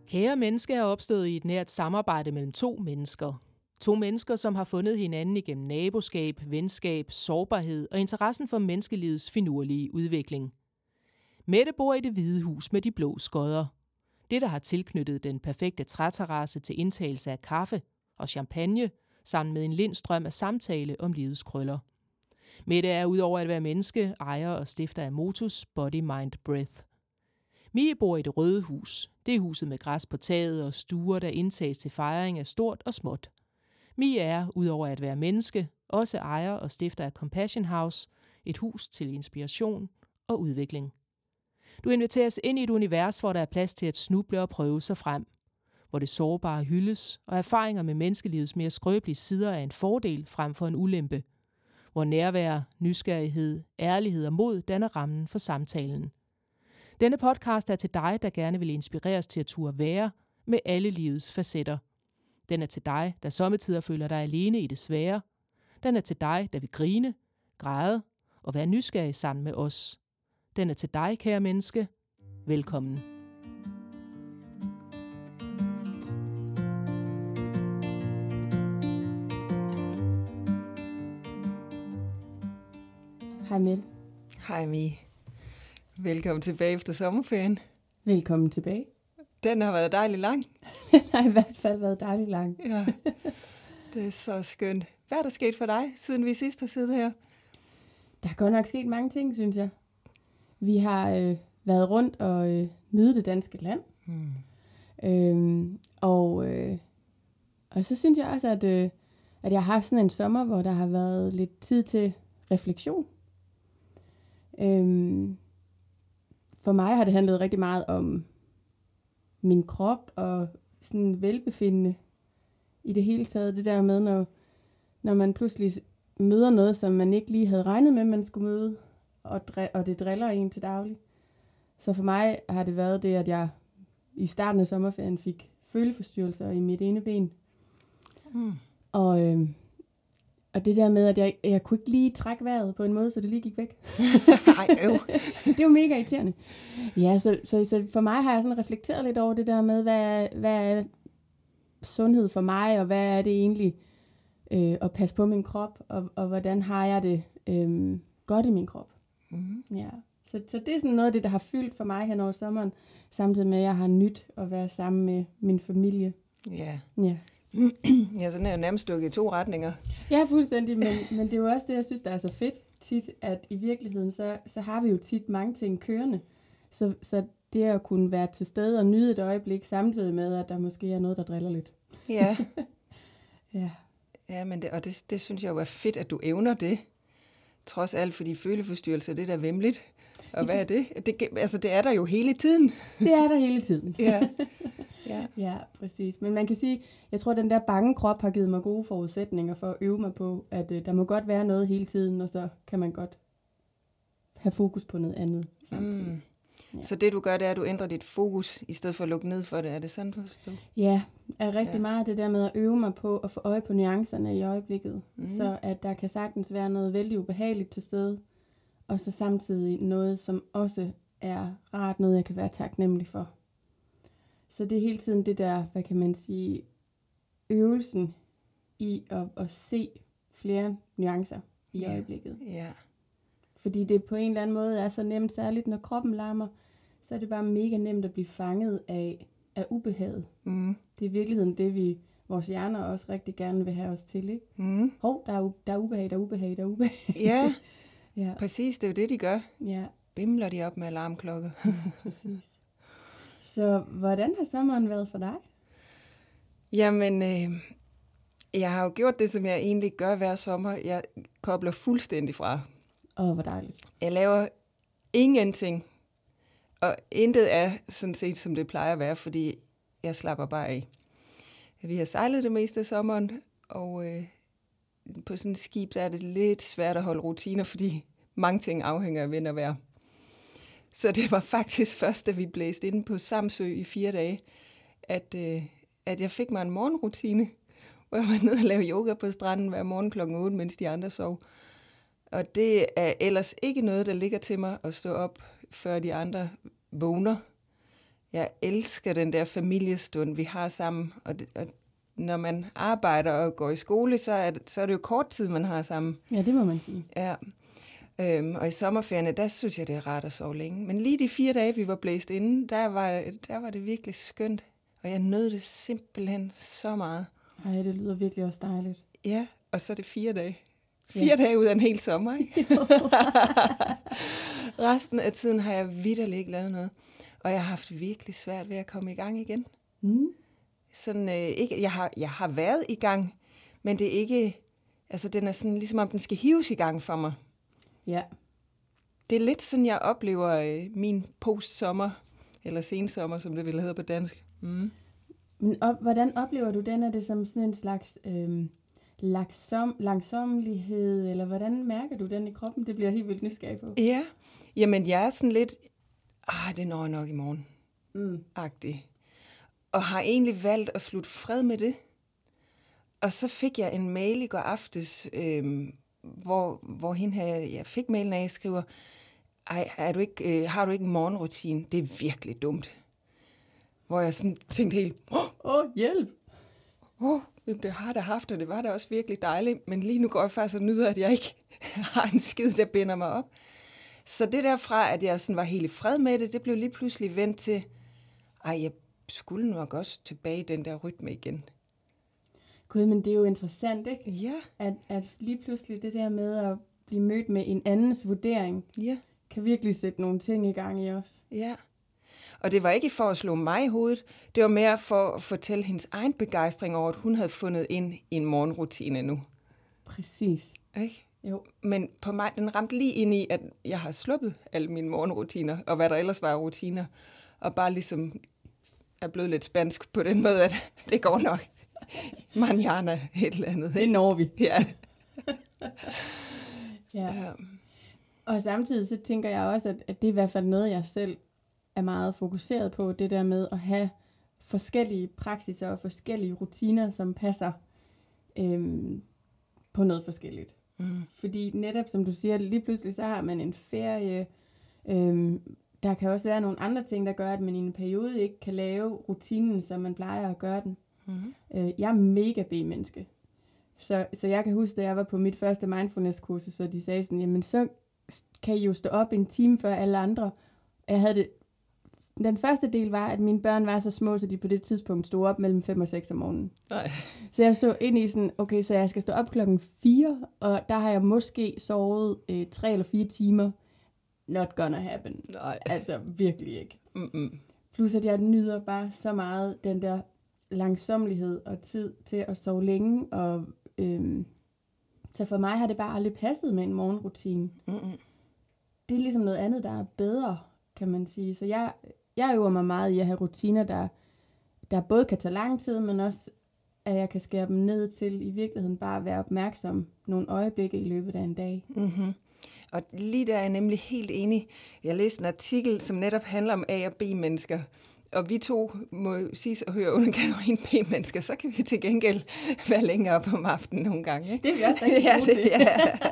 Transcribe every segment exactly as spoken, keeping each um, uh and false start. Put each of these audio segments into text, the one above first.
Kære menneske er opstået i et nært samarbejde mellem to mennesker. To mennesker, som har fundet hinanden igennem naboskab, venskab, sårbarhed og interessen for menneskelivets finurlige udvikling. Mette bor i Det Hvide Hus med de blå skodder. Det, der har tilknyttet den perfekte træterrasse til indtagelse af kaffe og champagne, sammen med en lindstrøm af samtale om livets krøller. Mette er udover at være menneske, ejer og stifter af Motus Body Mind Breath. Mie bor i Det Røde Hus. Det er huset med græs på taget og stuer, der indtages til fejring af stort og småt. Mie er, udover at være menneske, også ejer og stifter af Compassion House, et hus til inspiration og udvikling. Du inviteres ind i et univers, hvor der er plads til at snuble og prøve sig frem. Hvor det sårbare hyldes, og erfaringer med menneskelivets mere skrøbelige sider er en fordel frem for en ulempe. Hvor nærvær, nysgerrighed, ærlighed og mod danner rammen for samtalen. Denne podcast er til dig, der gerne vil inspireres til at turde være med alle livets facetter. Den er til dig, der sommetider føler dig alene i det svære. Den er til dig, der vil grine, græde og være nysgerrig sammen med os. Den er til dig, kære menneske. Velkommen. Hej Mette. Hej Mie. Velkommen tilbage efter sommerferien. Velkommen tilbage. Den har været dejlig lang. Den har i hvert fald været dejlig lang. Ja, det er så skønt. Hvad er der sket for dig, siden vi sidst har siddet her? Der er godt nok sket mange ting, synes jeg. Vi har øh, været rundt og øh, nyde det danske land. Hmm. Øhm, og, øh, og så synes jeg også, at, øh, at jeg har haft sådan en sommer, hvor der har været lidt tid til refleksion. Øhm, for mig har det handlet rigtig meget om min krop og sådan velbefindende i det hele taget. Det der med, når, når man pludselig møder noget, som man ikke lige havde regnet med, man skulle møde, og, dr- og det driller en til daglig. Så for mig har det været det, at jeg i starten af sommerferien fik føleforstyrrelser i mit ene ben. Mm. Og, øh, og det der med, at jeg, jeg kunne ikke lige trække vejret på en måde, så det lige gik væk. Ej, øv. Det var mega irriterende. Ja, så, så, så for mig har jeg sådan reflekteret lidt over det der med, hvad, hvad er sundhed for mig, og hvad er det egentlig øh, at passe på min krop, og, og hvordan har jeg det øh, godt i min krop. Mm. Ja. Så, så det er sådan noget af det, der har fyldt for mig hen over sommeren, samtidig med, at jeg har nyt at være sammen med min familie. Ja. Ja. Ja, sådan er jeg nærmest stukket i to retninger. Ja, fuldstændig, men, men det er jo også det, jeg synes, der er så fedt tit, at i virkeligheden, så, så har vi jo tit mange ting kørende. Så, så det at kunne være til stede og nyde et øjeblik, samtidig med, at der måske er noget, der driller lidt. Ja. Ja. Ja, men det, og det, det synes jeg jo er fedt, at du evner det. Trods alt, fordi føleforstyrrelse, det er da vemmeligt. Og hvad er det? det? Altså, det er der jo hele tiden. Det er der hele tiden. Ja. Ja. Ja, præcis. Men man kan sige, jeg tror, at den der bange krop har givet mig gode forudsætninger for at øve mig på, at øh, der må godt være noget hele tiden, og så kan man godt have fokus på noget andet samtidig. Mm. Ja. Så det du gør, det er, at du ændrer dit fokus, i stedet for at lukke ned for det. Er det sådan, forstå? Ja, er rigtig ja. meget det der med at øve mig på at få øje på nuancerne i øjeblikket. Mm. Så at der kan sagtens være noget vældig ubehageligt til stede, og så samtidig noget, som også er rart, noget jeg kan være taknemmelig for. Så det er hele tiden det der, hvad kan man sige, øvelsen i at, at se flere nuancer i yeah. øjeblikket. Yeah. Fordi det på en eller anden måde er så nemt, særligt når kroppen larmer, så er det bare mega nemt at blive fanget af, af ubehaget. Mm. Det er i virkeligheden det, vi vores hjerner også rigtig gerne vil have os til, ikke? Mm. Hov, der er, der er ubehag, der er ubehag, der er ubehag. Ja, ja, præcis, det er jo det, de gør. Ja. Bimler de op med alarmklokke. Ja, præcis. Så hvordan har sommeren været for dig? Jamen, øh, jeg har jo gjort det, som jeg egentlig gør hver sommer. Jeg kobler fuldstændig fra. Åh, oh, hvor dejligt. Jeg laver ingenting. Og intet er sådan set, som det plejer at være, fordi jeg slapper bare af. Vi har sejlet det meste af sommeren, og øh, på sådan et skib, der er det lidt svært at holde rutiner, fordi mange ting afhænger af vind og vejr. Så det var faktisk først, da vi blæste inde på Samsø i fire dage, at, øh, at jeg fik mig en morgenrutine, hvor jeg var nede og lavede yoga på stranden hver morgen klokken otte, mens de andre sov. Og det er ellers ikke noget, der ligger til mig at stå op, før de andre vågner. Jeg elsker den der familiestund, vi har sammen. Og, det, og når man arbejder og går i skole, så er, det, så er det jo kort tid, man har sammen. Ja, det må man sige. Ja. Øhm, og i sommerferierne, der synes jeg, det er rart at sove længe. Men lige de fire dage, vi var blæst inde, der var, der var det virkelig skønt. Og jeg nød det simpelthen så meget. Ej, det lyder virkelig også dejligt. Ja, og så er det fire dage. Fire ja. dage ud af en hel sommer, ikke? Resten af tiden har jeg vitterligt ikke lavet noget. Og jeg har haft virkelig svært ved at komme i gang igen. Mm. Sådan, øh, ikke, jeg, har, jeg har været i gang, men det er ikke... Altså, den er sådan, ligesom om den skal hives i gang for mig. Ja. Det er lidt sådan, jeg oplever øh, min post-sommer, eller sensommer, som det ville hedde på dansk. Mm. Men og, hvordan oplever du den? Er det som sådan en slags øh, langsom, langsommelighed, eller hvordan mærker du den i kroppen? Det bliver jeg helt vildt nysgerrig på. Ja, jamen jeg er sådan lidt, ah, det når jeg nok i morgen, Mm. agtig. Og har egentlig valgt at slutte fred med det. Og så fik jeg en mail i går aftes, øh, hvor, hvor hende her, jeg fik mailen af, jeg skriver, ej, er du ikke, øh, har du ikke en morgenrutine? Det er virkelig dumt. Hvor jeg sådan tænkte helt, åh, Åh, oh, hjælp! oh, det har jeg da haft, og det var da også virkelig dejligt. Men lige nu går jeg faktisk og nyder, at jeg ikke har en skid, der binder mig op. Så det derfra, at jeg sådan var helt i fred med det, det blev lige pludselig vendt til, ej, jeg skulle nok også tilbage i den der rytme igen. Gud, men det er jo interessant, ikke? Ja. At, at lige pludselig det der med at blive mødt med en andens vurdering, Ja. kan virkelig sætte nogle ting i gang i os. Ja. Og det var ikke for at slå mig i hovedet, det var mere for at fortælle hendes egen begejstring over, at hun havde fundet ind i en morgenrutine nu. Præcis. Ikke? Jo. Men på mig, den ramte lige ind i, at jeg har sluppet alle mine morgenrutiner, og hvad der ellers var af rutiner, og bare ligesom er blevet lidt spansk på den måde, at det går nok. Manjana, et eller andet. Det Ikke? når vi. Ja. Ja. Ja. Og samtidig så tænker jeg også, at, at det er i hvert fald noget, jeg selv er meget fokuseret på, det der med at have forskellige praksiser og forskellige rutiner, som passer øhm, på noget forskelligt. Mm. Fordi netop, som du siger, lige pludselig så har man en ferie. Øhm, der kan også være nogle andre ting, der gør, at man i en periode ikke kan lave rutinen, som man plejer at gøre den. Mm. Øh, jeg er mega B-menneske. Så, så jeg kan huske, da jeg var på mit første mindfulness-kursus, så de sagde sådan, jamen så kan I jo stå op en time før alle andre. Jeg havde det. Den første del var, at mine børn var så små, så de på det tidspunkt stod op mellem fem og seks om morgenen. Nej. Så jeg stod ind i sådan, okay, så jeg skal stå op klokken fire, og der har jeg måske sovet øh, tre eller fire timer. Not gonna happen. Nej. Altså virkelig ikke. Mm-mm. Plus at jeg nyder bare så meget den der langsommelighed og tid til at sove længe. Og, øhm, så for mig har det bare aldrig passet med en morgenrutine. Mm-mm. Det er ligesom noget andet, der er bedre, kan man sige. Så jeg, jeg øver mig meget i at have rutiner, der, der både kan tage lang tid, men også at jeg kan skære dem ned til i virkeligheden bare at være opmærksom nogle øjeblikke i løbet af en dag. Mm-hmm. Og lige der er jeg nemlig helt enig. Jeg læste en artikel, som netop handler om A- og B-mennesker. Og vi to må sige at høre under kategorien B-mennesker, så kan vi til gengæld være længere op om aftenen nogle gange. Ikke? Det er vi også rigtig ja, gode til. det, ja.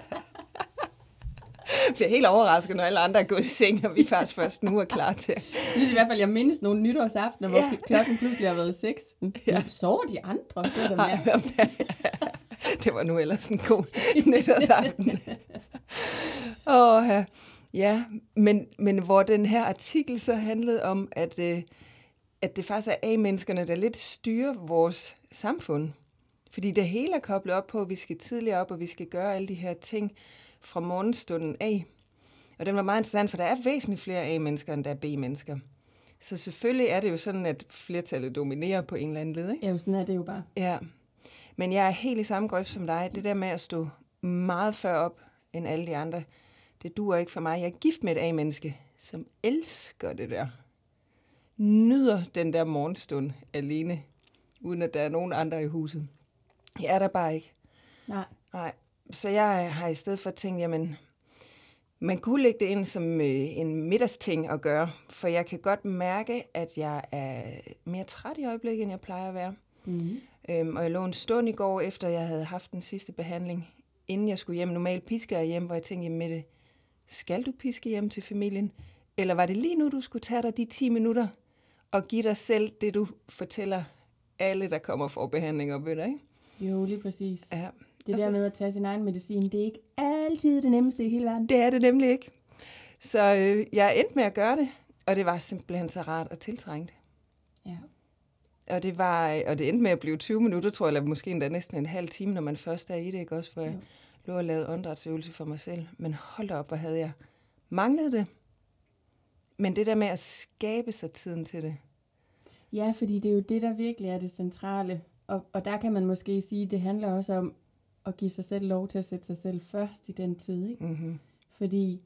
Jeg bliver helt overrasket, når alle andre er gået i seng, og vi faktisk først nu er klar til. Jeg synes i hvert fald, jeg mindes nogle nytårsaftener, hvor ja. klokken pludselig har været seks. Ja. Sover de andre? Det var da mere. Det var nu ellers en god nytårsaften. Åh, ja. ja, men, men hvor den her artikel så handlede om, at, øh, at det faktisk er A-menneskerne, der lidt styrer vores samfund. Fordi det hele er koblet op på, at vi skal tidligere op, og vi skal gøre alle de her ting fra morgenstunden af. Og den var meget interessant, for der er væsentligt flere A-mennesker, end der er B-mennesker. Så selvfølgelig er det jo sådan, at flertallet dominerer på en eller anden led, ikke? Ja, sådan er det jo bare. Ja, men jeg er helt i samme grøft som dig. Det der med at stå meget før op end alle de andre, det duer ikke for mig. Jeg er gift med et A-menneske, som elsker det der. Nyder den der morgenstund alene, uden at der er nogen andre i huset. Jeg er der bare ikke. Nej. Nej. Så jeg har i stedet for tænkt, jamen, man kunne lægge det ind som øh, en middagsting at gøre, for jeg kan godt mærke, at jeg er mere træt i øjeblikket, end jeg plejer at være. Mm-hmm. Øhm, og jeg lå en stund i går, efter jeg havde haft den sidste behandling, inden jeg skulle hjem. Normalt pisker jeg hjem, hvor jeg tænkte, jamen Mette, skal du piske hjem til familien? Eller var det lige nu, du skulle tage dig de ti minutter at give dig selv det, du fortæller alle, der kommer for behandling og ved dig, ikke? Jo, lige præcis. Ja. Det der med at tage sin egen medicin, det er ikke altid det nemmeste i hele verden. Det er det nemlig ikke. Så øh, jeg endte med at gøre det, og det var simpelthen så rart og tiltrængt. Ja. Og det, var, og det endte med at blive tyve minutter, tror jeg, eller måske endda næsten en halv time, når man først er i det, ikke også? For jeg lå og lavede åndedrætsøvelse for mig selv. Men hold da op, hvor havde jeg manglet det. Men det der med at skabe sig tiden til det. Ja, fordi det er jo det, der virkelig er det centrale. Og, og der kan man måske sige, at det handler også om at give sig selv lov til at sætte sig selv først i den tid. Ikke? Mm-hmm. Fordi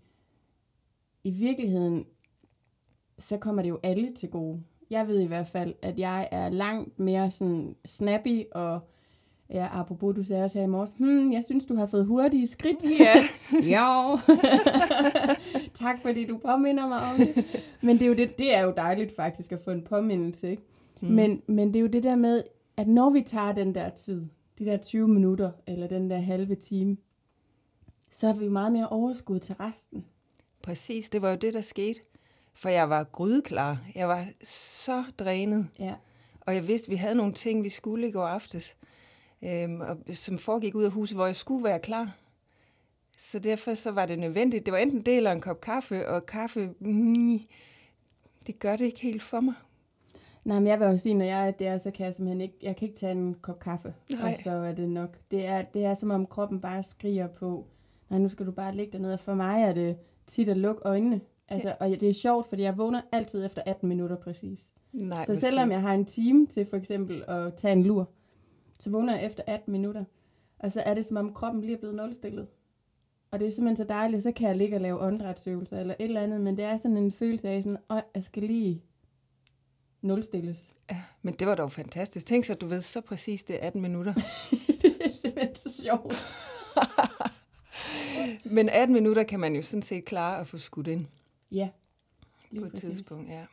i virkeligheden, så kommer det jo alle til gode. Jeg ved i hvert fald, at jeg er langt mere sådan snappy, og ja, apropos, du sagde også her i morges, hmm, jeg synes, du har fået hurtige skridt. Ja. Jo. Tak, fordi du påminder mig om det. Men det er jo, det, det er jo dejligt faktisk at få en påmindelse, ikke? Mm. Men, men det er jo det der med, at når vi tager den der tid, de der tyve minutter, eller den der halve time, så har vi jo meget mere overskud til resten. Præcis, det var jo det, der skete. For jeg var grydeklar. Jeg var så drænet. Ja. Og jeg vidste, at vi havde nogle ting, vi skulle i går aftes, øhm, og, som foregik ud af huset, hvor jeg skulle være klar. Så derfor så var det nødvendigt. Det var enten det eller en kop kaffe, og kaffe, mm, det gør det ikke helt for mig. Nej, men jeg vil også sige, når jeg er der, så kan jeg simpelthen ikke, jeg kan ikke tage en kop kaffe, Nej. og så er det nok. Det er, det er som om kroppen bare skriger på, nej, nu skal du bare ligge dernede, og for mig er det tit at lukke øjnene. Altså, ja. Og det er sjovt, fordi jeg vågner altid efter atten minutter præcis. Nej, så selvom jeg har en time til for eksempel at tage en lur, så vågner jeg efter atten minutter. Og så er det som om kroppen lige er blevet nulstillet. Og det er simpelthen så dejligt, så kan jeg ligge og lave åndedrætsøvelser eller et eller andet, men det er sådan en følelse af sådan, åh, jeg skal lige nulstilles. Ja, men det var dog fantastisk. Tænk så, at du ved så præcis, det er atten minutter. Det er simpelthen så sjovt. Men atten minutter kan man jo sådan set klare at få skudt ind. Ja, lige på et præcis. tidspunkt, ja.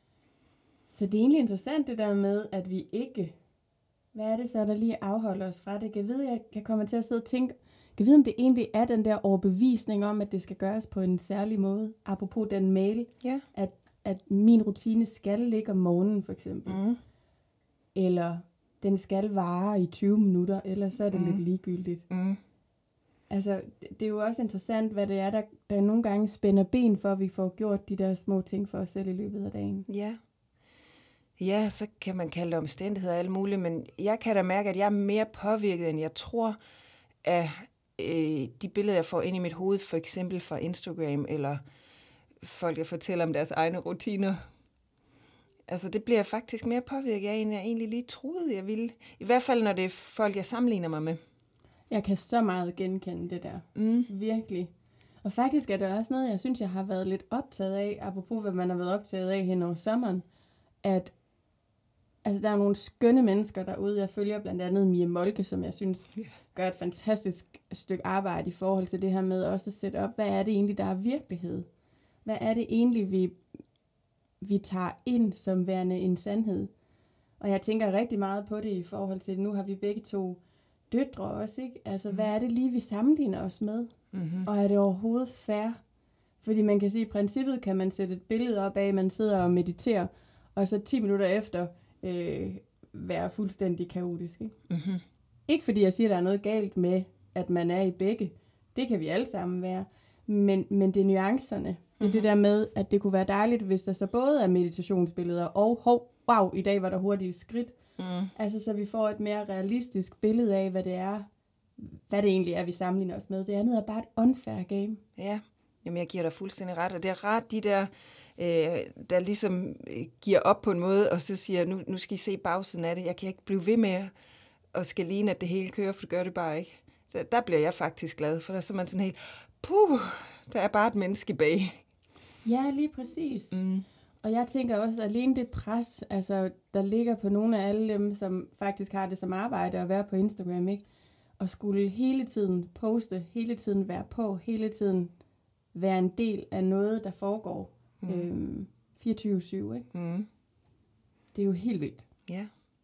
Så det er egentlig interessant det der med, at vi ikke, hvad er det så, der lige afholder os fra det? Jeg ved, jeg kan komme til at sidde og tænke, jeg ved, om det egentlig er den der overbevisning om, at det skal gøres på en særlig måde. Apropos den mail, ja. at, at min rutine skal ligge om morgenen for eksempel. Mm. Eller den skal vare i tyve minutter, ellers så er det mm. lidt ligegyldigt. Mm. Altså, det er jo også interessant, hvad det er, der, der nogle gange spænder ben for, at vi får gjort de der små ting for os selv i løbet af dagen. Ja. Ja, så kan man kalde det omstændigheder og alt muligt, men jeg kan da mærke, at jeg er mere påvirket, end jeg tror, af øh, de billeder, jeg får ind i mit hoved, for eksempel fra Instagram, eller folk, jeg fortæller om deres egne rutiner. Altså, det bliver jeg faktisk mere påvirket af, end jeg egentlig lige troede, jeg ville. I hvert fald, når det er folk, jeg sammenligner mig med. Jeg kan så meget genkende det der. Mm. Virkelig. Og faktisk er det også noget, jeg synes, jeg har været lidt optaget af, apropos hvad man har været optaget af hen over sommeren, at altså, der er nogle skønne mennesker derude. Jeg følger blandt andet Mia Molke, som jeg synes gør et fantastisk stykke arbejde i forhold til det her med også at sætte op, hvad er det egentlig, der er virkelighed? Hvad er det egentlig, vi, vi tager ind som værende en sandhed? Og jeg tænker rigtig meget på det i forhold til, nu har vi begge to døtre også, ikke? Altså, mm. hvad er det lige, vi sammenligner os med? Mm-hmm. Og er det overhovedet fair? Fordi man kan sige, at i princippet kan man sætte et billede op af, at man sidder og mediterer, og så ti minutter efter øh, være fuldstændig kaotisk. Ikke? Mm-hmm. Ikke fordi jeg siger, at der er noget galt med, at man er i begge. Det kan vi alle sammen være. Men, men det er nuancerne. Det er mm-hmm. det der med, at det kunne være dejligt, hvis der så både er meditationsbilleder og, hov, wow, i dag var der hurtige skridt. Mm. Altså, så vi får et mere realistisk billede af, hvad det er, hvad det egentlig er, vi sammenligner os med. Det andet er bare et unfair game. Ja, jamen jeg giver dig fuldstændig ret, og det er ret de der, øh, der ligesom giver op på en måde, og så siger, nu, nu skal I se bagsiden af det. Jeg kan ikke blive ved med at skal ligne, at det hele kører, for det gør det bare ikke. Så der bliver jeg faktisk glad, for der er så man sådan helt, puh, der er bare et menneske bag. Ja, lige præcis. Mm. Og jeg tænker også, at alene det pres, altså, der ligger på nogle af alle dem, som faktisk har det som arbejde at være på Instagram, ikke? Og skulle hele tiden poste, hele tiden være på, hele tiden være en del af noget, der foregår mm. øhm, fireogtyve syv, ikke? Mm. Det er jo helt vildt. Ja,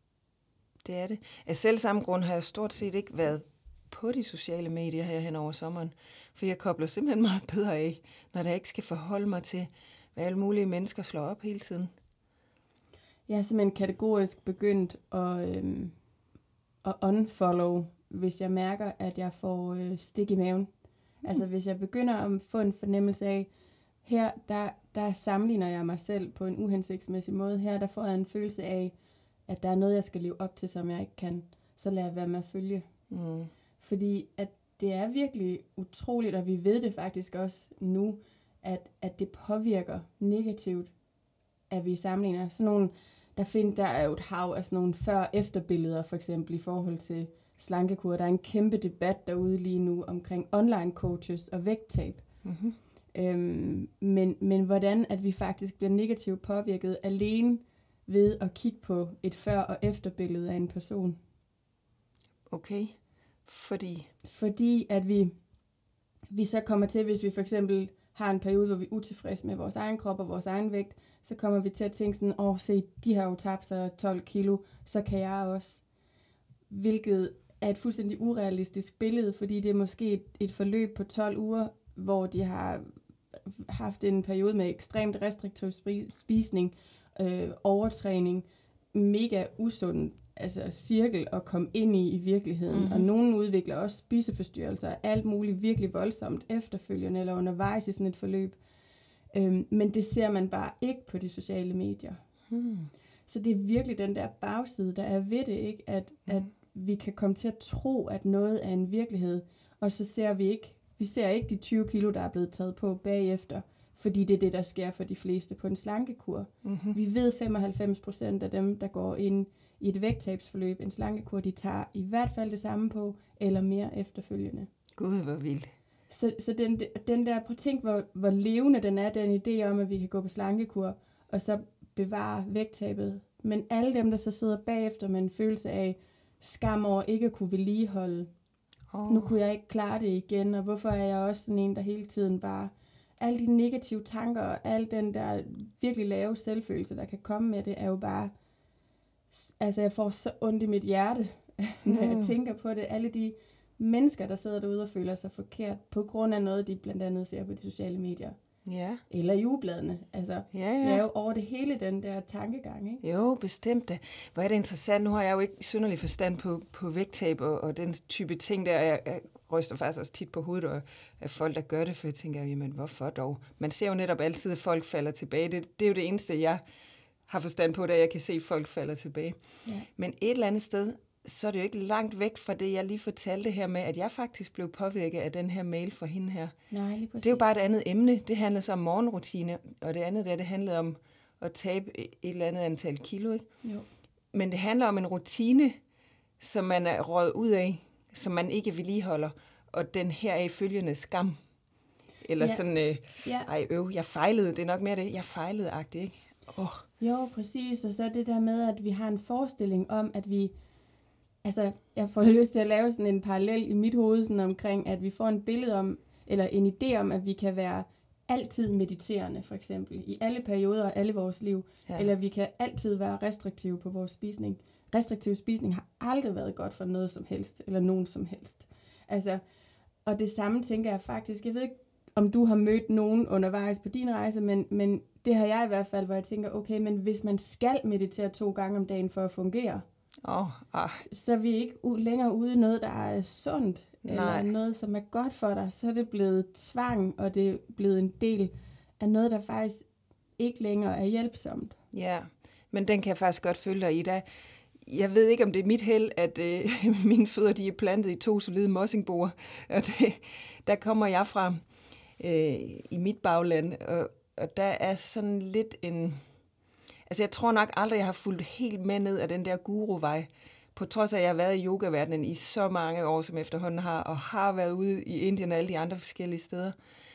det er det. Af selv samme grund har jeg stort set ikke været på de sociale medier her hen over sommeren, for jeg kobler simpelthen meget bedre af, når jeg ikke skal forholde mig til, hvad alle mulige mennesker slår op hele tiden. jeg er simpelthen kategorisk begyndt at, øhm, at unfollow, hvis jeg mærker, at jeg får øh, stik i maven. Mm. Altså hvis jeg begynder at få en fornemmelse af, her der, der sammenligner jeg mig selv på en uhensigtsmæssig måde. Her der får jeg en følelse af, at der er noget, jeg skal leve op til, som jeg ikke kan. Så lader jeg være med at følge. Mm. Fordi at det er virkelig utroligt, og vi ved det faktisk også nu, at, at det påvirker negativt, at vi sammenligner. Sådan nogle, der, find, der er jo et hav af sådan nogle før-efter-billeder, for eksempel i forhold til slankekur. Der er en kæmpe debat derude lige nu omkring online coaches og vægttab. Mm-hmm. Øhm, men, men hvordan at vi faktisk bliver negativt påvirket alene ved at kigge på et før- og efterbillede af en person. Okay, fordi? Fordi at vi, vi så kommer til, hvis vi for eksempel har en periode, hvor vi er utilfredse med vores egen krop og vores egen vægt, så kommer vi til at tænke sådan, åh, se, de har jo tabt sig tolv kilo, så kan jeg også. Hvilket er et fuldstændig urealistisk billede, fordi det er måske et, et forløb på tolv uger, hvor de har haft en periode med ekstremt restriktiv spisning, øh, overtræning, mega usund altså cirkel at komme ind i i virkeligheden. Mm-hmm. Og nogen udvikler også spiseforstyrrelser, alt muligt virkelig voldsomt efterfølgende eller undervejs i sådan et forløb. Øhm, men det ser man bare ikke på de sociale medier. Mm. Så det er virkelig den der bagside, der er ved det, ikke? At, mm. at vi kan komme til at tro, at noget er en virkelighed, og så ser vi ikke, vi ser ikke de tyve kilo, der er blevet taget på bagefter, fordi det er det, der sker for de fleste på en slankekur. Mm-hmm. Vi ved femoghalvfems procent af dem, der går ind i et vægttabsforløb, en slankekur, de tager i hvert fald det samme på, eller mere efterfølgende. Gud, hvor vildt. Så, så den, den der, prøv at tænk, hvor, hvor levende den er, den idé om, at vi kan gå på slankekur, og så bevare vægttabet. Men alle dem, der så sidder bagefter med en følelse af skam over ikke at kunne vedligeholde, oh. nu kunne jeg ikke klare det igen, og hvorfor er jeg også sådan en, der hele tiden bare, alle de negative tanker, og al den der virkelig lave selvfølelse, der kan komme med det, er jo bare, altså jeg får så ondt i mit hjerte, når mm. jeg tænker på det. Alle de mennesker, der sidder derude og føler sig forkert, på grund af noget, de blandt andet ser på de sociale medier. Ja. Eller i ugebladene. Altså, ja, ja. Det er jo over det hele, den der tankegang, ikke? Jo, bestemt. Hvor er det interessant. Nu har jeg jo ikke synderlig forstand på, på vægttab og, og den type ting der. Jeg, jeg ryster faktisk også tit på hovedet og af folk, der gør det, for jeg tænker, jamen hvorfor dog? Man ser jo netop altid, at folk falder tilbage. Det, det er jo det eneste, jeg har forstand på, da jeg kan se, at folk falder tilbage. Ja. Men et eller andet sted, så er det jo ikke langt væk fra det, jeg lige fortalte her med, at jeg faktisk blev påvirket af den her mail fra hende her. Nej, lige præcis. Det er jo bare et andet emne. Det handlede så om morgenrutine, og det andet der, det handlede om at tabe et eller andet antal kilo. Ikke? Jo. Men det handler om en rutine, som man er røget ud af, som man ikke vedligeholder, og den her er følgende skam. Eller ja. sådan, øh, ja. ej øv, jeg fejlede. Det er nok mere det, jeg fejlede-agtigt, ikke? Oh. Jo, præcis. Og så det der med, at vi har en forestilling om, at vi, altså, jeg får lyst til at lave sådan en parallel i mit hoved, sådan omkring, at vi får en billede om, eller en idé om, at vi kan være altid mediterende, for eksempel, i alle perioder af alle vores liv, ja. Eller vi kan altid være restriktive på vores spisning. Restriktiv spisning har aldrig været godt for noget som helst, eller nogen som helst. Altså, og det samme tænker jeg faktisk, jeg ved ikke, om du har mødt nogen undervejs på din rejse, men, men det har jeg i hvert fald, hvor jeg tænker, okay, men hvis man skal meditere to gange om dagen for at fungere, oh, ah. så er vi ikke u- længere ude i noget, der er sundt, Nej. eller noget, som er godt for dig, så er det blevet tvang, og det er blevet en del af noget, der faktisk ikke længere er hjælpsomt. Ja, men den kan jeg faktisk godt følge dig i. Der, jeg ved ikke, om det er mit held, at øh, mine fødder de er plantet i to solide mossingboer, og det, der kommer jeg fra øh, i mit bagland, og, og der er sådan lidt en... Altså jeg tror nok aldrig, jeg har fulgt helt med ned af den der guru-vej, på trods af, at jeg har været i yogaverdenen i så mange år, som efterhånden har, og har været ude i Indien og alle de andre forskellige steder,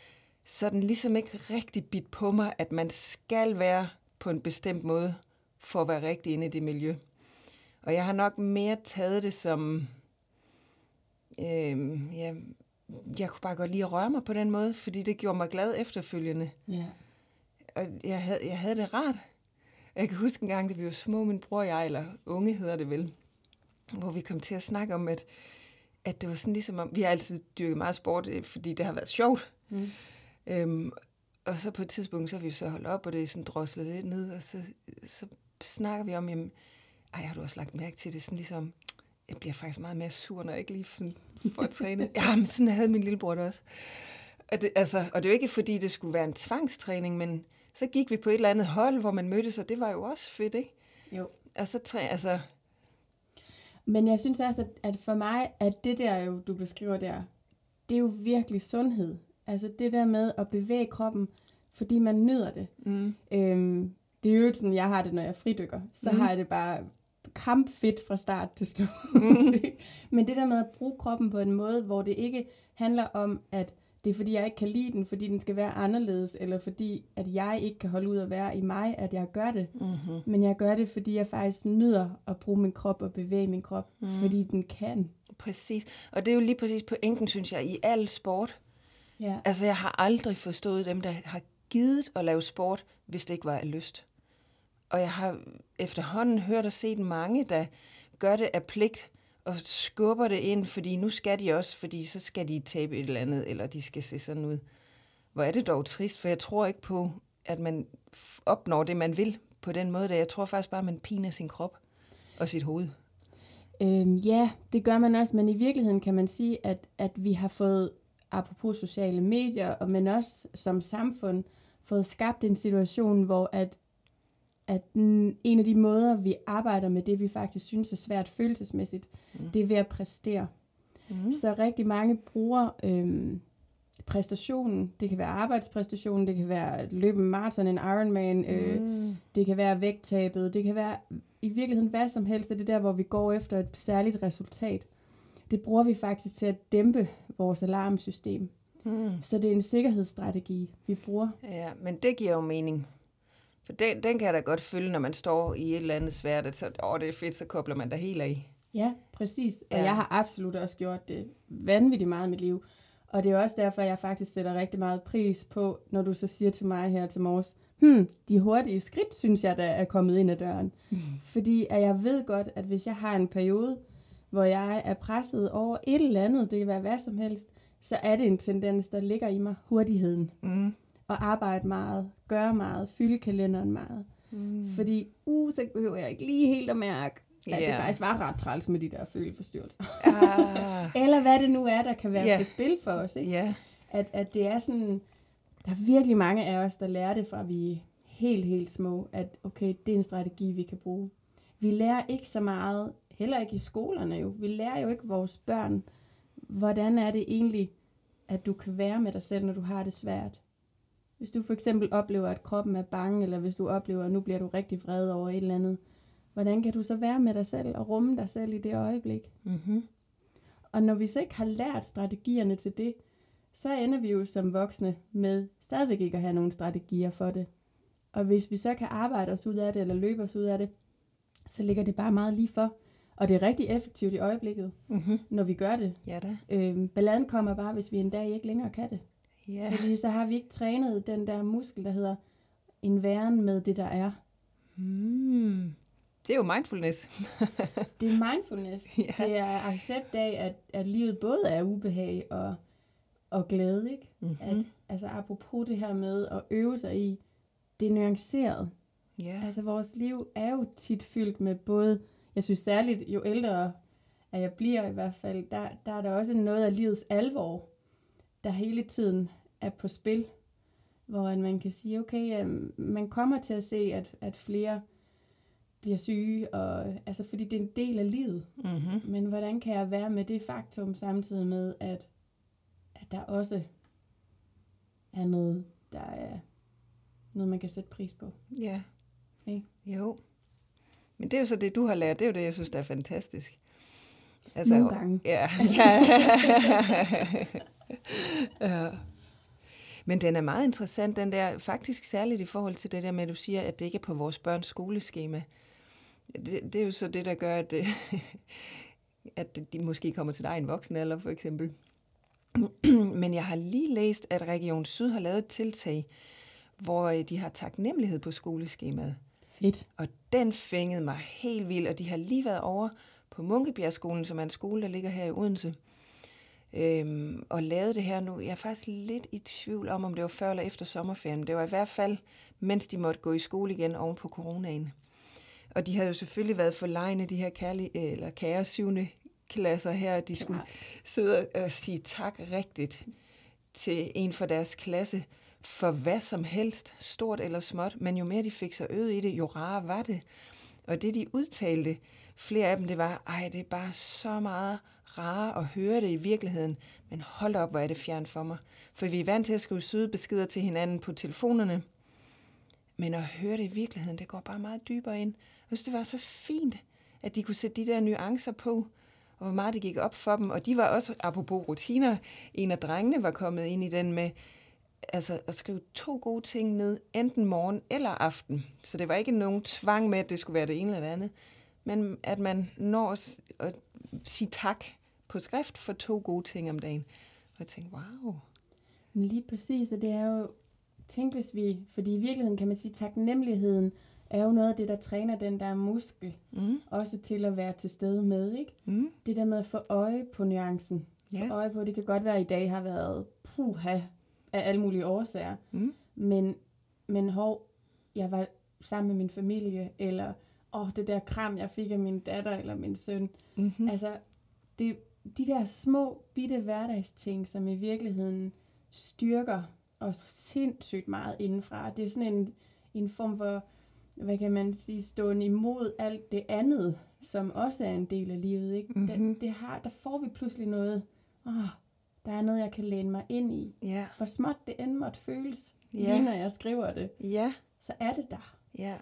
så er den ligesom ikke rigtig bidt på mig, at man skal være på en bestemt måde, for at være rigtig inde i det miljø. Og jeg har nok mere taget det som, øh, ja, jeg kunne bare godt lide at røre mig på den måde, fordi det gjorde mig glad efterfølgende. Ja. Og jeg havde, jeg havde det rart. Jeg kan huske en gang, da vi var små, min bror og jeg, eller unge hedder det vel, hvor vi kom til at snakke om, at, at det var sådan ligesom om, vi har altid dyrket meget sport, fordi det har været sjovt. Mm. Øhm, og så på et tidspunkt, så har vi så holdt op, og det er sådan droslet lidt ned, og så, så snakker vi om, jamen, ej, har du også lagt mærke til det, sådan ligesom, jeg bliver faktisk meget mere sur, når jeg ikke lige får trænet. Jamen, sådan havde min lillebror det også. Og det, altså, og det er jo ikke, fordi det skulle være en tvangstræning, men så gik vi på et eller andet hold, hvor man mødtes, og det var jo også fedt, ikke? Jo. Og så træ, altså... Men jeg synes også, at for mig, at det der, jo, du beskriver der, det er jo virkelig sundhed. Altså det der med at bevæge kroppen, fordi man nyder det. Mm. Øhm, det er jo sådan, jeg har det, når jeg fridykker. Så mm. har jeg det bare kampfedt fra start til slut. Mm. Men det der med at bruge kroppen på en måde, hvor det ikke handler om, at det er fordi, jeg ikke kan lide den, fordi den skal være anderledes, eller fordi, at jeg ikke kan holde ud at være i mig, at jeg gør det. Mm-hmm. Men jeg gør det, fordi jeg faktisk nyder at bruge min krop og bevæge min krop, mm. fordi den kan. Præcis. Og det er jo lige præcis pointen, synes jeg, i al sport. Ja. Altså, jeg har aldrig forstået dem, der har givet at lave sport, hvis det ikke var af lyst. Og jeg har efterhånden hørt og set mange, der gør det af pligt, og skubber det ind, fordi nu skal de også, fordi så skal de tabe et eller andet, eller de skal se sådan ud. Hvor er det dog trist, for jeg tror ikke på, at man opnår det, man vil på den måde. Der. Jeg tror faktisk bare, at man piner sin krop og sit hoved. Øhm, ja, det gør man også, men i virkeligheden kan man sige, at, at vi har fået, apropos sociale medier, men også som samfund, fået skabt en situation, hvor at at en af de måder, vi arbejder med det, vi faktisk synes er svært følelsesmæssigt, mm. det er ved at præstere. Mm. Så rigtig mange bruger øhm, præstationen. Det kan være arbejdspræstationen, det kan være at løbe en maraton, en Ironman, mm. øh, det kan være vægttabet, det kan være i virkeligheden hvad som helst. Det er der, hvor vi går efter et særligt resultat. Det bruger vi faktisk til at dæmpe vores alarmsystem. Mm. Så det er en sikkerhedsstrategi, vi bruger. Ja, men det giver jo mening. For den, den kan jeg da godt følge, når man står i et eller andet svært, at så, åh, det er fedt, så kobler man der helt af. Ja, præcis. Og ja. Jeg har absolut også gjort det vanvittigt meget i mit liv. Og det er også derfor, jeg faktisk sætter rigtig meget pris på, når du så siger til mig her til morges, hmm, de hurtige skridt, synes jeg, der er kommet ind ad døren. Mm. Fordi at jeg ved godt, at hvis jeg har en periode, hvor jeg er presset over et eller andet, det kan være hvad som helst, så er det en tendens, der ligger i mig, hurtigheden. Mm. Og arbejde meget, gøre meget, fylde kalenderen meget. Mm. Fordi, uh, så behøver jeg ikke lige helt at mærke, at yeah. det faktisk var ret træls med de der føleforstyrrelser. Ah. Eller hvad det nu er, der kan være yeah. på spil for os. Ikke? Yeah. At, at det er sådan, der er virkelig mange af os, der lærer det fra, vi er helt, helt små, at okay, det er en strategi, vi kan bruge. Vi lærer ikke så meget, heller ikke i skolerne jo. Vi lærer jo ikke vores børn, hvordan er det egentlig, at du kan være med dig selv, når du har det svært. Hvis du for eksempel oplever, at kroppen er bange, eller hvis du oplever, at nu bliver du rigtig vred over et eller andet, hvordan kan du så være med dig selv og rumme dig selv i det øjeblik? Mm-hmm. Og når vi så ikke har lært strategierne til det, så ender vi jo som voksne med stadigvæk ikke at have nogle strategier for det. Og hvis vi så kan arbejde os ud af det, eller løbe os ud af det, så ligger det bare meget lige for. Og det er rigtig effektivt i øjeblikket, mm-hmm. når vi gør det. Ja, da. Øhm, balladen kommer bare, hvis vi en dag ikke længere kan det. Yeah. Fordi så har vi ikke trænet den der muskel, der hedder en væren med det, der er. Mm. Det er jo mindfulness. Det er mindfulness. Yeah. Det er accept af, at, at livet både er ubehag og, og glæde. Ikke? Mm-hmm. At, altså apropos det her med at øve sig i, det er nuanceret. Yeah. Altså vores liv er jo tit fyldt med både, jeg synes særligt, jo ældre at jeg bliver i hvert fald, der, der er der også noget af livets alvor, der hele tiden er på spil, hvor man kan sige, okay, man kommer til at se, at, at flere bliver syge, og, altså, fordi det er en del af livet. Mm-hmm. Men hvordan kan jeg være med det faktum, samtidig med, at, at der også er noget, der er noget, man kan sætte pris på. Ja. Okay? Jo. Men det er jo så det, du har lært. Det er jo det, jeg synes, der er fantastisk. Altså, Nogle gange. Ja. ja. Ja. Men den er meget interessant, den der, faktisk særligt i forhold til det der med, at du siger, at det ikke er på vores børns skoleskema. Det, det er jo så det, der gør, at, at de måske kommer til dig en voksen alder, for eksempel. Men jeg har lige læst, at Region Syd har lavet et tiltag, hvor de har taknemmelighed på skoleskemaet. Fedt. Og den fængede mig helt vildt, og de har lige været over på Munkebjergskolen, som er en skole, der ligger her i Odense, øhm, og lavet det her nu. Jeg er faktisk lidt i tvivl om, om det var før eller efter sommerferien. Det var i hvert fald, mens de måtte gå i skole igen oven på coronaen. Og de havde jo selvfølgelig været forlegne, de her kærlige, eller kære syvende klasser her, de skulle ja. sidde og sige tak rigtigt til en fra deres klasse, for hvad som helst, stort eller småt, men jo mere de fik sig øvet i det, jo rarere var det. Og det, de udtalte, flere af dem, det var, ej, det er bare så meget rarere at høre det i virkeligheden, men hold op, hvor er det fjern for mig. For vi er vant til at skrive søde beskeder til hinanden på telefonerne, men at høre det i virkeligheden, det går bare meget dybere ind. Jeg synes, det var så fint, at de kunne sætte de der nuancer på, og hvor meget det gik op for dem. Og de var også, apropos rutiner, en af drengene var kommet ind i den med, altså at skrive to gode ting ned, enten morgen eller aften. Så det var ikke nogen tvang med, at det skulle være det ene eller det andet, men at man når at sige tak på skrift for to gode ting om dagen. Og jeg tænkte, wow. Lige præcis, og det er jo, tænk hvis vi, fordi i virkeligheden kan man sige, taknemmeligheden er jo noget af det, der træner den der muskel, mm. også til at være til stede med, ikke? Mm. Det der med at få øje på nuancen. Yeah. Få øje på, det kan godt være, at i dag har været puha af alle mulige årsager, mm. men, men hov, jeg var sammen med min familie, eller åh, det der kram, jeg fik af min datter eller min søn. Mm-hmm. Altså, det, de der små, bitte hverdagsting, som i virkeligheden styrker os sindssygt meget indenfra. Det er sådan en, en form for, hvad kan man sige, stående imod alt det andet, som også er en del af livet. Ikke? Mm-hmm. Det, det har, der får vi pludselig noget, åh, der er noget, jeg kan læne mig ind i. Yeah. Hvor småt det end måtte føles, yeah. lige når jeg skriver det, yeah. så er det der. Ja,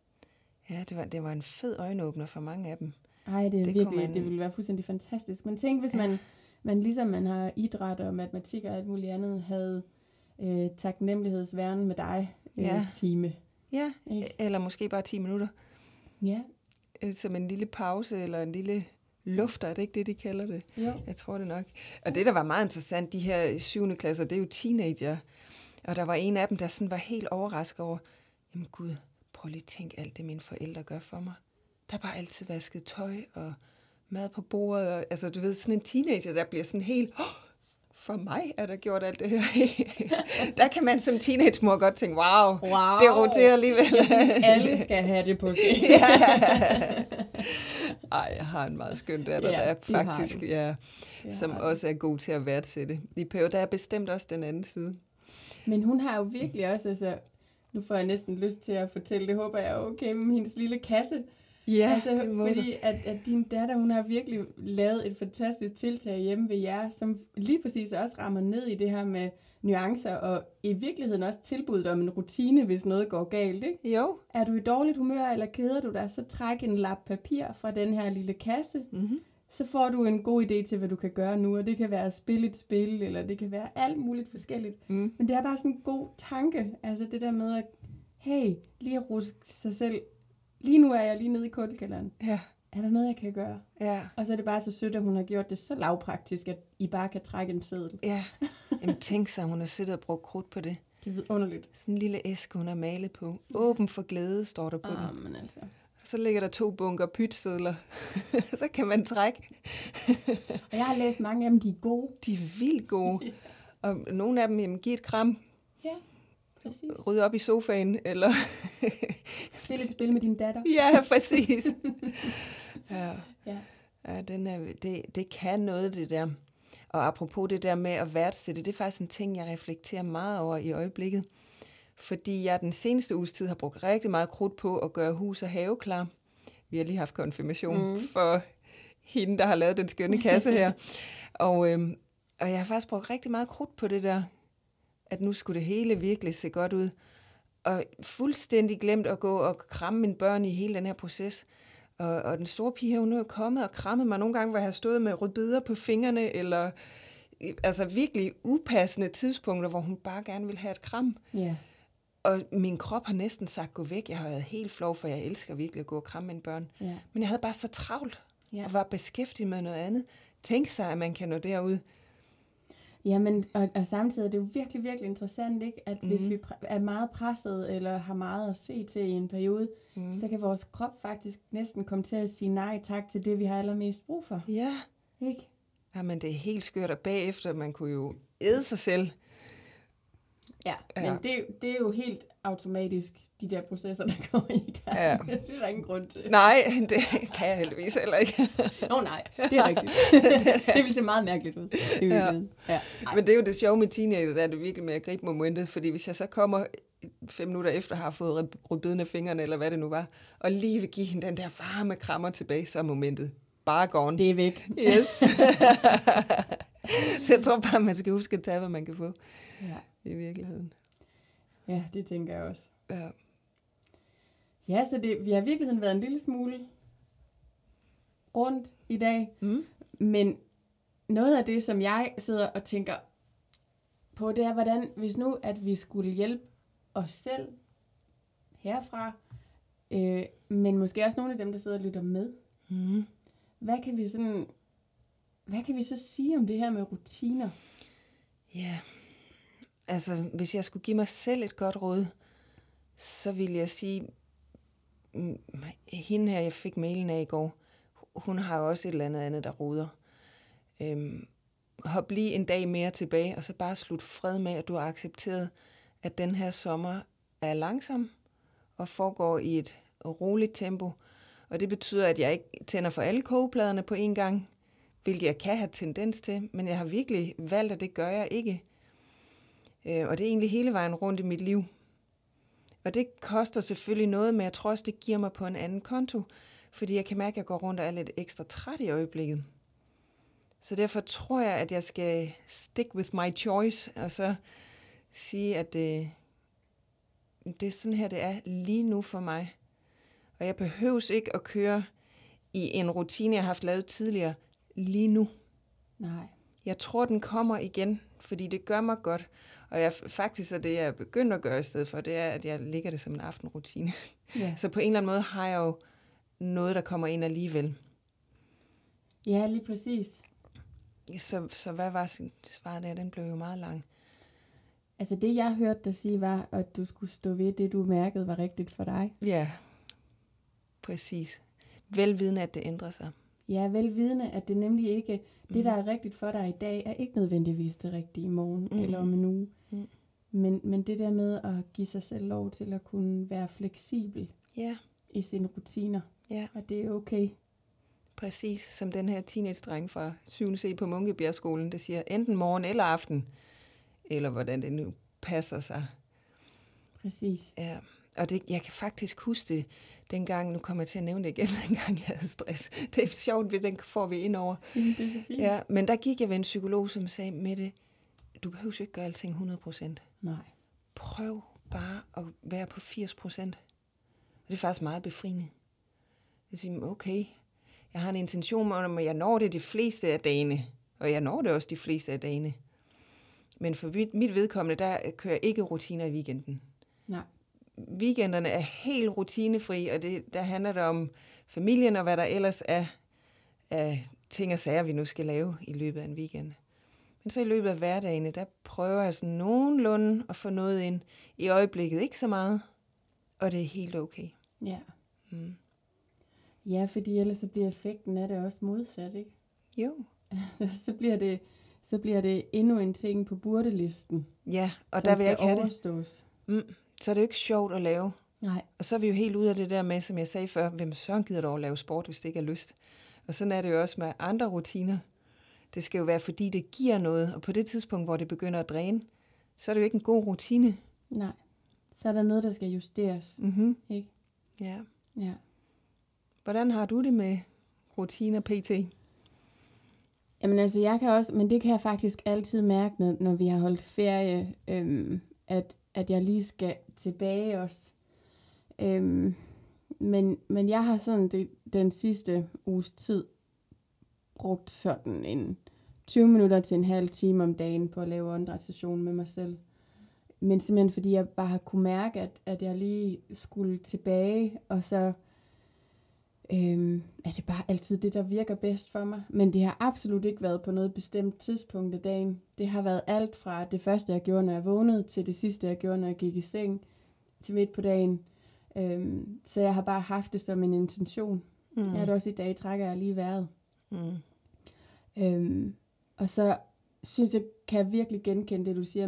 ja det, var, det var en fed øjenåbner for mange af dem. Ej, det er det virkelig, man... det ville være fuldstændig fantastisk. Men tænk, hvis man, man ligesom man har idræt og matematik og alt muligt andet, havde øh, taknemmelighedsværen med dig øh, ja. time. Ja, ikke? Eller måske bare ti minutter. Ja. Som en lille pause eller en lille lufter, er det ikke det, de kalder det? Jo. Jeg tror det nok. Og det, der var meget interessant, de her syvende klasser, det er jo teenager. Og der var en af dem, der sådan var helt overrasket over, jamen gud, prøv lige at tænke alt det, mine forældre gør for mig. Der er bare altid vasket tøj og mad på bordet. Og, altså, du ved, sådan en teenager, der bliver sådan helt, oh, for mig er der gjort alt det her. Der kan man som teenagemor godt tænke, wow, wow. det roterer alligevel. Jeg synes, alle skal have det på sig. Ej, jeg har en meget skøn datter, ja, der er faktisk, ja, som også er god til at værdsætte. I P H, der er bestemt også den anden side. Men hun har jo virkelig også, altså, nu får jeg næsten lyst til at fortælle, det håber jeg er okay, med hendes lille kasse. Ja, altså, det må fordi at, at din datter, hun har virkelig lavet et fantastisk tiltag hjemme ved jer, som lige præcis også rammer ned i det her med nuancer, og i virkeligheden også tilbuddet om en rutine, hvis noget går galt, ikke? Jo. Er du i dårligt humør, eller keder du dig, så træk en lap papir fra den her lille kasse, mm-hmm. så får du en god idé til, hvad du kan gøre nu, og det kan være at spille et spil, eller det kan være alt muligt forskelligt. Mm. Men det er bare sådan en god tanke, altså det der med at, hey, lige at ruske sig selv. Lige nu er jeg lige nede i kuldekælderen. Ja. Er der noget, jeg kan gøre? Ja. Og så er det bare så sødt, at hun har gjort det så lavpraktisk, at I bare kan trække en seddel. Ja. Jamen tænk sig, hun har siddet og brugt krudt på det. Det er vidunderligt. Sådan en lille æske, hun har malet på. Åben for glæde, står der på ah, den. Men altså. Så ligger der to bunker pytsedler. Så kan man trække. Og jeg har læst mange af dem, de er gode. De er vildt gode. Ja. Og nogle af dem, jamen, giv et kram. Ja. Præcis. Rydde op i sofaen, eller... Spil et spil med din datter. Ja, præcis. Ja, ja. Ja, den er, det, det kan noget, det der. Og apropos det der med at værdsætte, det er faktisk en ting, jeg reflekterer meget over i øjeblikket. Fordi jeg den seneste uges tid har brugt rigtig meget krudt på at gøre hus og have klar. Vi har lige haft konfirmation mm. for hende, der har lavet den skønne kasse her. og, øhm, og jeg har faktisk brugt rigtig meget krudt på det der, at nu skulle det hele virkelig se godt ud. Og fuldstændig glemt at gå og kramme mine børn i hele den her proces. Og, og den store pige, hun er jo kommet og krammet mig nogle gange, hvor jeg har stået med rødbeder på fingrene, eller altså virkelig upassende tidspunkter, hvor hun bare gerne vil have et kram. Yeah. Og min krop har næsten sagt, gå væk. Jeg har været helt flov, for jeg elsker virkelig at gå og kramme mine børn. Yeah. Men jeg havde bare så travlt, yeah. og var beskæftiget med noget andet. Tænk sig, at man kan nå derud. Jamen, og, og samtidig er det jo virkelig, virkelig interessant, ikke? At mm. hvis vi pr- er meget presset, eller har meget at se til i en periode, mm. så kan vores krop faktisk næsten komme til at sige nej tak til det, vi har allermest brug for. Ja. Ikke? Jamen, det er helt skørt, og bagefter, man kunne jo æde sig selv. Ja, Ja. men det, det er jo helt automatisk, de der processer, der går i gang. Ja. Det er der ingen grund til. Nej, det kan jeg heldigvis heller ikke. Nå nej, det er rigtigt. Det vil se meget mærkeligt ud. I virkeligheden. Ja. Ja. Men det er jo det sjove med teenager, der er det virkelig med at gribe momentet, fordi hvis jeg så kommer fem minutter efter, har fået rødbeden af fingrene, eller hvad det nu var, og lige vil give hende den der varme krammer tilbage, så er momentet bare gone. Det er væk. Yes. Så jeg tror bare, man skal huske at tage, hvad man kan få Ja. i virkeligheden. Ja, det tænker jeg også. Ja. Ja, så det, vi har i virkeligheden været en lille smule rundt i dag, Mm. men noget af det, som jeg sidder og tænker på, det er, hvordan, hvis nu, at vi skulle hjælpe os selv herfra, øh, men måske også nogle af dem, der sidder og lytter med. Mm. Hvad kan vi sådan, hvad kan vi så sige om det her med rutiner? Ja, altså hvis jeg skulle give mig selv et godt råd, så ville jeg sige, mm, hende her, jeg fik mailen af i går, hun har jo også et eller andet andet, der roder. Øhm, hop lige en dag mere tilbage, og så bare slut fred med, at du har accepteret, at den her sommer er langsom og foregår i et roligt tempo. Og det betyder, at jeg ikke tænder for alle kogepladerne på en gang, hvilket jeg kan have tendens til, men jeg har virkelig valgt, at det gør jeg ikke. Øh, og det er egentlig hele vejen rundt i mit liv. Og det koster selvfølgelig noget, men jeg tror også, det giver mig på en anden konto, fordi jeg kan mærke, at jeg går rundt og er lidt ekstra træt i øjeblikket. Så derfor tror jeg, at jeg skal stick with my choice, og så sige, at det, det er sådan her, det er lige nu for mig. Og jeg behøves ikke at køre i en rutine, jeg har haft lavet tidligere, lige nu. Nej. Jeg tror, den kommer igen, fordi det gør mig godt. Og jeg, faktisk er det, jeg er begyndt at gøre i stedet for, det er, at jeg lægger det som en aftenrutine. Ja. Så på en eller anden måde har jeg jo noget, der kommer ind alligevel. Ja, lige præcis. Så, så hvad var svaret der? Den blev jo meget lang. Altså det, jeg hørte dig sige, var, at du skulle stå ved det, du mærkede var rigtigt for dig. Ja, præcis. Velvidende, at det ændrer sig. Ja, velvidende, at det nemlig ikke, mm. det der er rigtigt for dig i dag, er ikke nødvendigvis det rigtige i morgen mm. eller om en uge. Mm. Men, men det der med at give sig selv lov til at kunne være fleksibel ja. i sine rutiner, ja. og det er okay. Præcis, som den her teenage-dreng fra syvende C på Munkebjergskolen, der siger enten morgen eller aften, eller hvordan det nu passer sig. Præcis. Ja, og det, jeg kan faktisk huske det, dengang, nu kommer jeg til at nævne det igen, dengang jeg havde stress. Det er sjovt, den får vi ind over. Det er så fint. Ja, men der gik jeg ved en psykolog, som sagde, Mette, du behøver jo ikke gøre alting hundrede procent. Nej. Prøv bare at være på firs procent. Og det er faktisk meget befriende. Jeg siger, okay, jeg har en intention om, at jeg når det de fleste af dagene, og jeg når det også de fleste af dagene. Men for mit, mit vedkommende, der kører jeg ikke rutiner i weekenden. Nej. Weekenderne er helt rutinefri, og det, der handler det om familien og hvad der ellers er af ting og sager, vi nu skal lave i løbet af en weekend. Men så i løbet af hverdagene, der prøver jeg sådan nogenlunde at få noget ind. I øjeblikket ikke så meget, og det er helt okay. Ja. Mm. Ja, fordi ellers så bliver effekten af det også modsat, ikke? Jo. så, bliver det, så bliver det endnu en ting på burdelisten. Ja, og der vil jeg ikke have overstås. det. Mm. Så er det jo ikke sjovt at lave. Nej. Og så er vi jo helt ude af det der med, som jeg sagde før, hvem søren gider dog at lave sport, hvis det ikke er lyst. Og sådan er det jo også med andre rutiner. Det skal jo være, fordi det giver noget, og på det tidspunkt, hvor det begynder at dræne, så er det jo ikke en god rutine. Nej. Så er der noget, der skal justeres. Mm-hmm. Ikke? Ja. Ja. Hvordan har du det med rutiner P T? Jamen altså, jeg kan også, men det kan jeg faktisk altid mærke, når, når vi har holdt ferie, øhm, at, at jeg lige skal tilbage også. Øhm, men, men jeg har sådan det, den sidste uges tid brugt sådan en tyve minutter til en halv time om dagen på at lave åndedrætssession med mig selv. Men simpelthen fordi jeg bare har kunne mærke, at, at jeg lige skulle tilbage, og så øhm, er det bare altid det, der virker bedst for mig. Men det har absolut ikke været på noget bestemt tidspunkt af dagen. Det har været alt fra det første, jeg gjorde, når jeg vågnede, til det sidste, jeg gjorde, når jeg gik i seng, til midt på dagen. Øhm, så jeg har bare haft det som en intention. Mm. Jeg har det også i dag, trækker jeg lige vejret. Mm. Øhm, og så synes jeg, kan jeg virkelig genkende det, du siger med,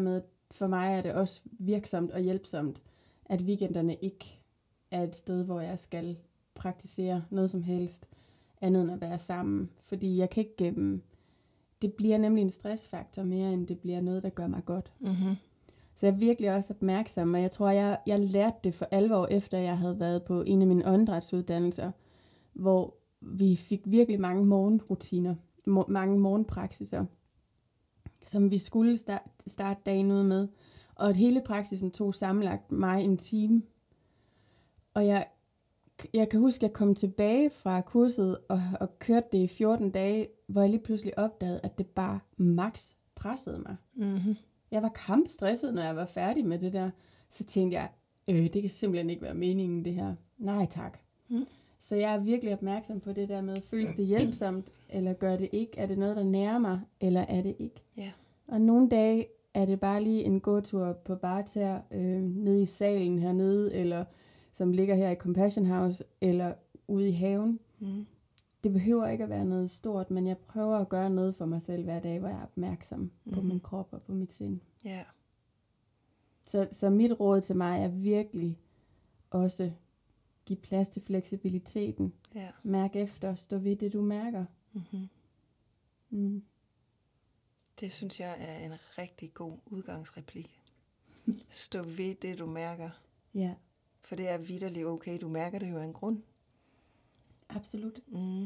for mig er det også virksomt og hjælpsomt, at weekenderne ikke er et sted, hvor jeg skal praktisere noget som helst, andet end at være sammen. Fordi jeg kan ikke... Um, det bliver nemlig en stressfaktor mere, end det bliver noget, der gør mig godt. Mm-hmm. Så jeg er virkelig også opmærksom, og jeg tror, jeg, jeg lærte det for alvor, efter jeg havde været på en af mine åndedrætsuddannelser, hvor vi fik virkelig mange morgenrutiner, mo- mange morgenpraksiser, som vi skulle start, starte dagen ud med. Og at hele praksisen tog sammenlagt mig en time. Og jeg, jeg kan huske, at jeg kom tilbage fra kurset og, og kørte det i fjorten dage, hvor jeg lige pludselig opdagede, at det bare max pressede mig. Mm-hmm. Jeg var kampstresset, når jeg var færdig med det der. Så tænkte jeg, øh, det kan simpelthen ikke være meningen, det her. Nej tak. Mm. Så jeg er virkelig opmærksom på det der med, føles det hjælpsomt, eller gør det ikke? Er det noget, der nærer mig, eller er det ikke? Yeah. Og nogle dage er det bare lige en gåtur på barter øh, nede i salen hernede, eller som ligger her i Compassion House, eller ude i haven. Mm. Det behøver ikke at være noget stort, men jeg prøver at gøre noget for mig selv hver dag, hvor jeg er opmærksom mm. på min krop og på mit sind. Yeah. Så, så mit råd til mig er virkelig også give plads til fleksibiliteten. Yeah. Mærk efter, stå ved det, du mærker. Mm-hmm. Mm. Det synes jeg er en rigtig god udgangsreplik. Stå ved det, du mærker. Ja. For det er vitterligt okay. Du mærker det jo af en grund. Absolut. Mm.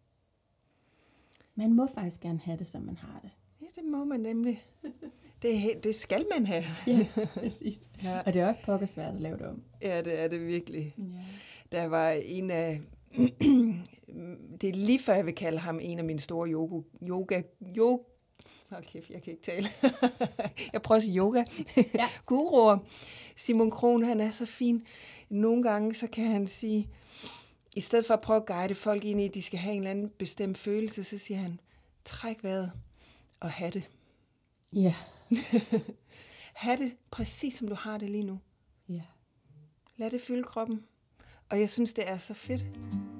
Man må faktisk gerne have det, som man har det. Ja, det må man nemlig. Det, det skal man have. Ja, præcis. Ja. Og det er også pokkersvært at lave det om. Ja, det er det virkelig. Ja. Der var en af... det er lige før, jeg vil kalde ham en af mine store yoga... yoga, yoga Hold kæft, jeg kan ikke tale. Jeg prøver at sige yoga. Ja. Guruer. Simon Krohn, han er så fin. Nogle gange, så kan han sige, i stedet for at prøve at guide folk ind i, at de skal have en eller anden bestemt følelse, så siger han, træk vejret og have det. Ja. Ha' det præcis, som du har det lige nu. Ja. Lad det fylde kroppen. Og jeg synes, det er så fedt.